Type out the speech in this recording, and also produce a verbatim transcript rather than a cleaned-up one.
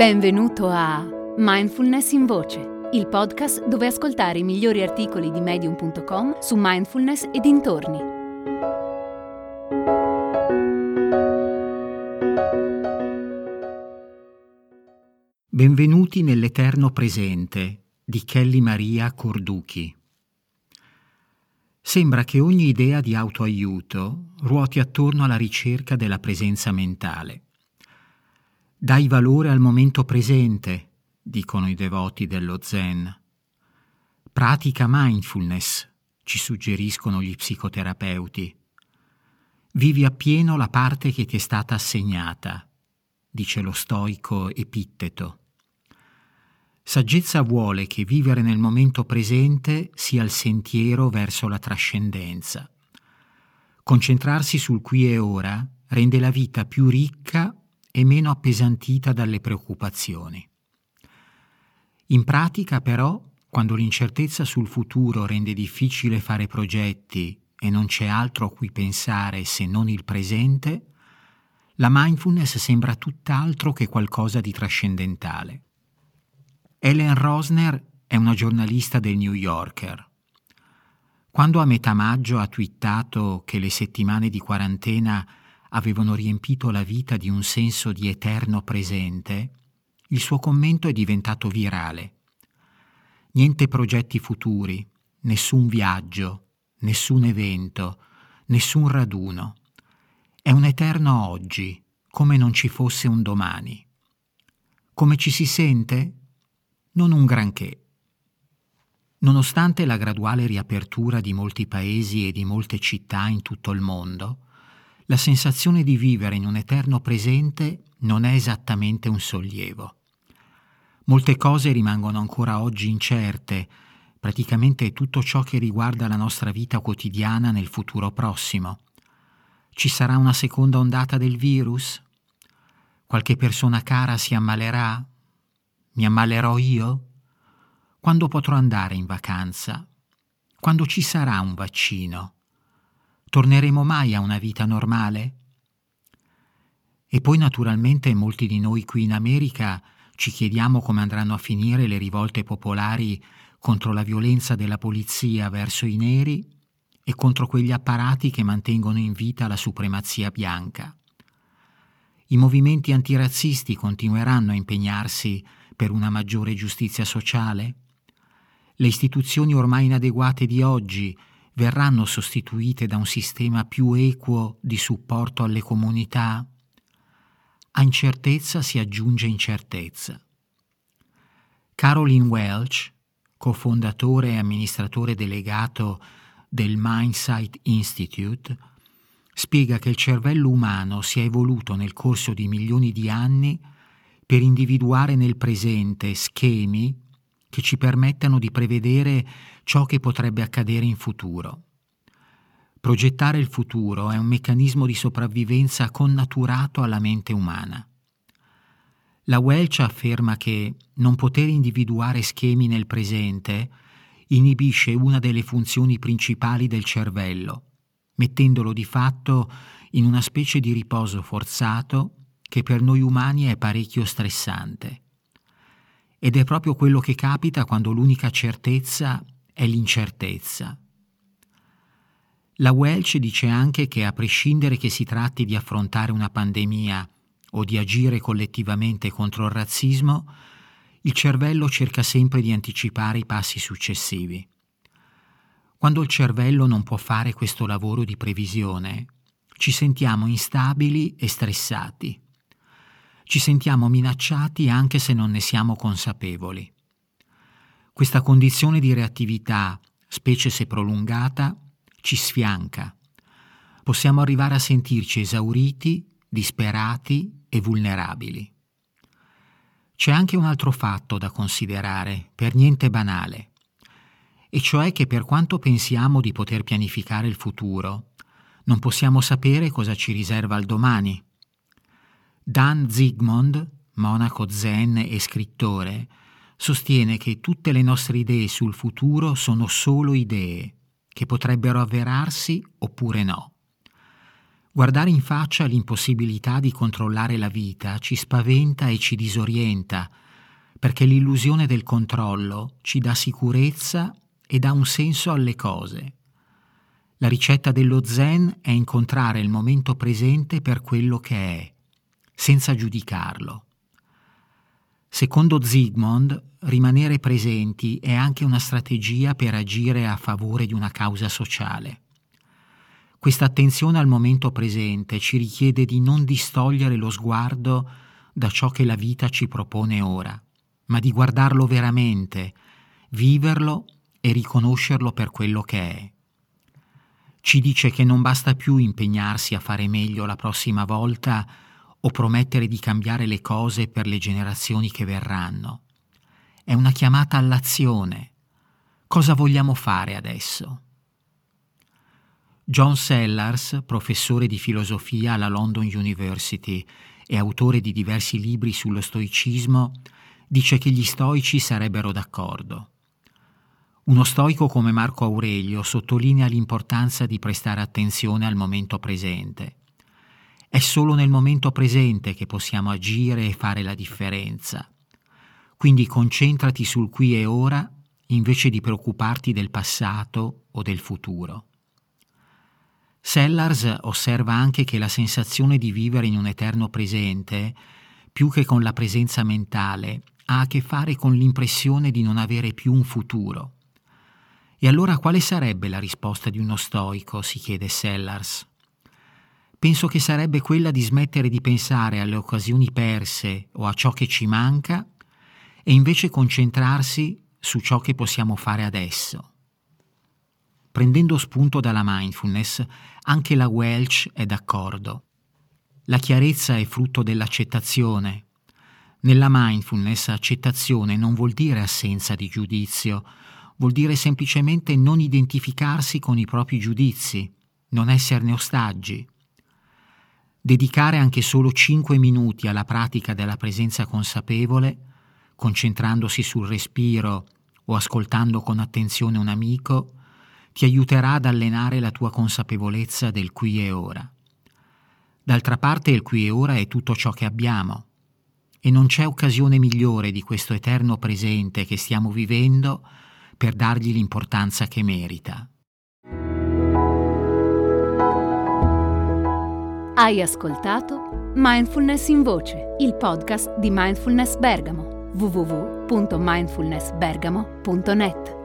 Benvenuto a Mindfulness in Voce, il podcast dove ascoltare i migliori articoli di medium punto com su mindfulness e dintorni. Benvenuti nell'eterno presente di Kelly Maria Corducci. Sembra che ogni idea di autoaiuto ruoti attorno alla ricerca della presenza mentale. Dai valore al momento presente, dicono i devoti dello Zen. Pratica mindfulness, ci suggeriscono gli psicoterapeuti. Vivi appieno la parte che ti è stata assegnata, dice lo stoico Epitteto. Saggezza vuole che vivere nel momento presente sia il sentiero verso la trascendenza. Concentrarsi sul qui e ora rende la vita più ricca e meno appesantita dalle preoccupazioni. In pratica, però, quando l'incertezza sul futuro rende difficile fare progetti e non c'è altro a cui pensare se non il presente, la mindfulness sembra tutt'altro che qualcosa di trascendentale. Ellen Rosner è una giornalista del New Yorker. Quando a metà maggio ha twittato che le settimane di quarantena avevano riempito la vita di un senso di eterno presente, il suo commento è diventato virale. Niente progetti futuri, nessun viaggio, nessun evento, nessun raduno. È un eterno oggi, come non ci fosse un domani. Come ci si sente? Non un granché. Nonostante la graduale riapertura di molti paesi e di molte città in tutto il mondo, la sensazione di vivere in un eterno presente non è esattamente un sollievo. Molte cose rimangono ancora oggi incerte, praticamente tutto ciò che riguarda la nostra vita quotidiana nel futuro prossimo. Ci sarà una seconda ondata del virus? Qualche persona cara si ammalerà? Mi ammalerò io? Quando potrò andare in vacanza? Quando ci sarà un vaccino? Torneremo mai a una vita normale? E poi naturalmente molti di noi qui in America ci chiediamo come andranno a finire le rivolte popolari contro la violenza della polizia verso i neri e contro quegli apparati che mantengono in vita la supremazia bianca. I movimenti antirazzisti continueranno a impegnarsi per una maggiore giustizia sociale? Le istituzioni ormai inadeguate di oggi verranno sostituite da un sistema più equo di supporto alle comunità? A incertezza si aggiunge incertezza. Caroline Welch, cofondatore e amministratore delegato del Mindsight Institute, spiega che il cervello umano si è evoluto nel corso di milioni di anni per individuare nel presente schemi che ci permettano di prevedere ciò che potrebbe accadere in futuro. Progettare il futuro è un meccanismo di sopravvivenza connaturato alla mente umana. La Welch afferma che non poter individuare schemi nel presente inibisce una delle funzioni principali del cervello, mettendolo di fatto in una specie di riposo forzato che per noi umani è parecchio stressante. Ed è proprio quello che capita quando l'unica certezza è l'incertezza. La Welch dice anche che, a prescindere che si tratti di affrontare una pandemia o di agire collettivamente contro il razzismo, il cervello cerca sempre di anticipare i passi successivi. Quando il cervello non può fare questo lavoro di previsione, ci sentiamo instabili e stressati. Ci sentiamo minacciati anche se non ne siamo consapevoli. Questa condizione di reattività, specie se prolungata, ci sfianca. Possiamo arrivare a sentirci esauriti, disperati e vulnerabili. C'è anche un altro fatto da considerare, per niente banale, e cioè che per quanto pensiamo di poter pianificare il futuro, non possiamo sapere cosa ci riserva il domani. Dan Zygmunt, monaco zen e scrittore, sostiene che tutte le nostre idee sul futuro sono solo idee, che potrebbero avverarsi oppure no. Guardare in faccia l'impossibilità di controllare la vita ci spaventa e ci disorienta, perché l'illusione del controllo ci dà sicurezza e dà un senso alle cose. La ricetta dello Zen è incontrare il momento presente per quello che è, senza giudicarlo. Secondo Zygmunt, rimanere presenti è anche una strategia per agire a favore di una causa sociale. Questa attenzione al momento presente ci richiede di non distogliere lo sguardo da ciò che la vita ci propone ora, ma di guardarlo veramente, viverlo e riconoscerlo per quello che è. Ci dice che non basta più impegnarsi a fare meglio la prossima volta o promettere di cambiare le cose per le generazioni che verranno. È una chiamata all'azione. Cosa vogliamo fare adesso? John Sellars, professore di filosofia alla London University e autore di diversi libri sullo stoicismo, dice che gli stoici sarebbero d'accordo. Uno stoico come Marco Aurelio sottolinea l'importanza di prestare attenzione al momento presente. È solo nel momento presente che possiamo agire e fare la differenza. Quindi concentrati sul qui e ora invece di preoccuparti del passato o del futuro. Sellars osserva anche che la sensazione di vivere in un eterno presente, più che con la presenza mentale, ha a che fare con l'impressione di non avere più un futuro. E allora quale sarebbe la risposta di uno stoico, si chiede Sellars. Penso che sarebbe quella di smettere di pensare alle occasioni perse o a ciò che ci manca e invece concentrarsi su ciò che possiamo fare adesso. Prendendo spunto dalla mindfulness, anche la Welch è d'accordo. La chiarezza è frutto dell'accettazione. Nella mindfulness accettazione non vuol dire assenza di giudizio, vuol dire semplicemente non identificarsi con i propri giudizi, non esserne ostaggi. Dedicare anche solo cinque minuti alla pratica della presenza consapevole, concentrandosi sul respiro o ascoltando con attenzione un amico, ti aiuterà ad allenare la tua consapevolezza del qui e ora. D'altra parte il qui e ora è tutto ciò che abbiamo e non c'è occasione migliore di questo eterno presente che stiamo vivendo per dargli l'importanza che merita. Hai ascoltato Mindfulness in Voce, il podcast di Mindfulness Bergamo, w w w punto mindfulness bergamo punto net.